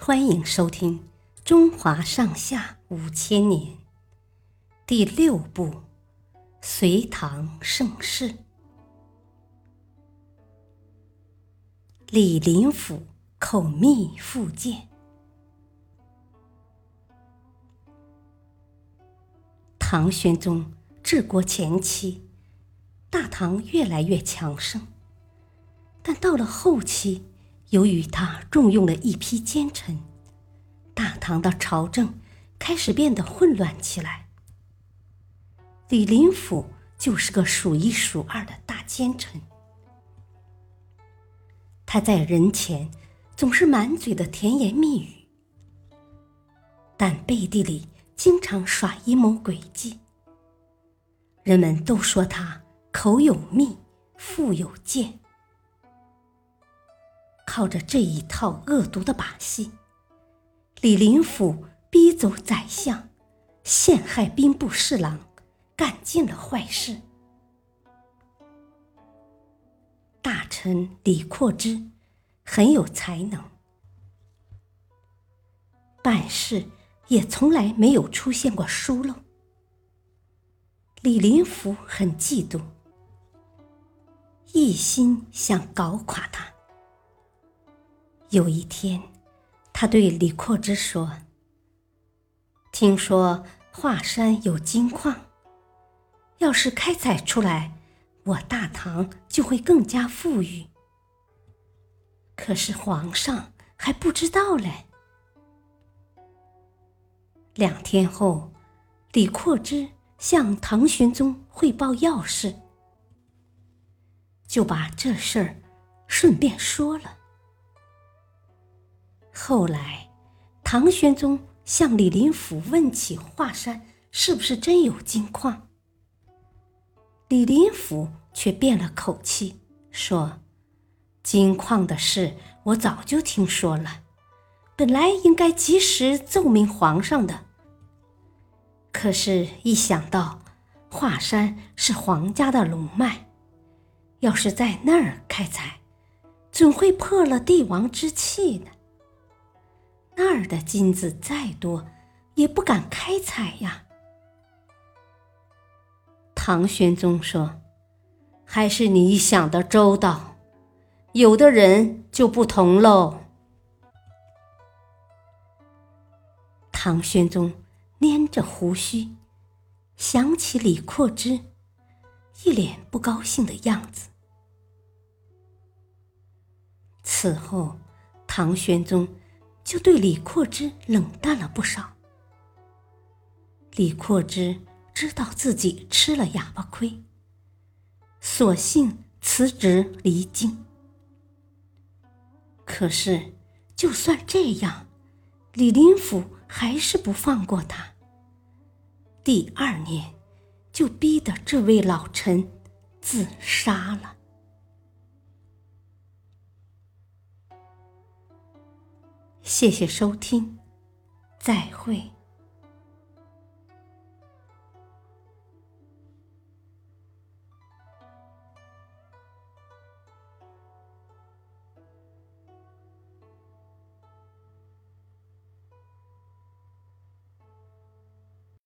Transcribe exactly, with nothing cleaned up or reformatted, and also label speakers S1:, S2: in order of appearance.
S1: 欢迎收听《中华上下五千年》第六部《隋唐盛世》。李林甫口蜜腹剑。唐玄宗治国前期，大唐越来越强盛，但到了后期，由于他重用了一批奸臣，大唐的朝政开始变得混乱起来。李林甫就是个数一数二的大奸臣。他在人前总是满嘴的甜言蜜语，但背地里经常耍阴谋诡计。人们都说他口有蜜，腹有剑。靠着这一套恶毒的把戏，李林甫逼走宰相，陷害兵部侍郎，干尽了坏事。大臣李阔之很有才能，办事也从来没有出现过疏漏。李林甫很嫉妒，一心想搞垮他。有一天，他对李阔之说：“听说华山有金矿，要是开采出来，我大唐就会更加富裕。可是皇上还不知道嘞。”两天后，李阔之向唐玄宗汇报要事，就把这事儿顺便说了。后来，唐玄宗向李林甫问起华山是不是真有金矿，李林甫却变了口气，说：“金矿的事我早就听说了，本来应该及时奏明皇上的。可是，一想到华山是皇家的龙脉，要是在那儿开采，准会破了帝王之气呢。那儿的金子再多，也不敢开采呀。”唐玄宗说：“还是你想得周到，有的人就不同喽。”唐玄宗捏着胡须，想起李阔之，一脸不高兴的样子。此后，唐玄宗就对李阔之冷淡了不少。李阔之知道自己吃了哑巴亏，索性辞职离京。可是，就算这样，李林甫还是不放过他。第二年，就逼得这位老臣自杀了。谢谢收听，再会。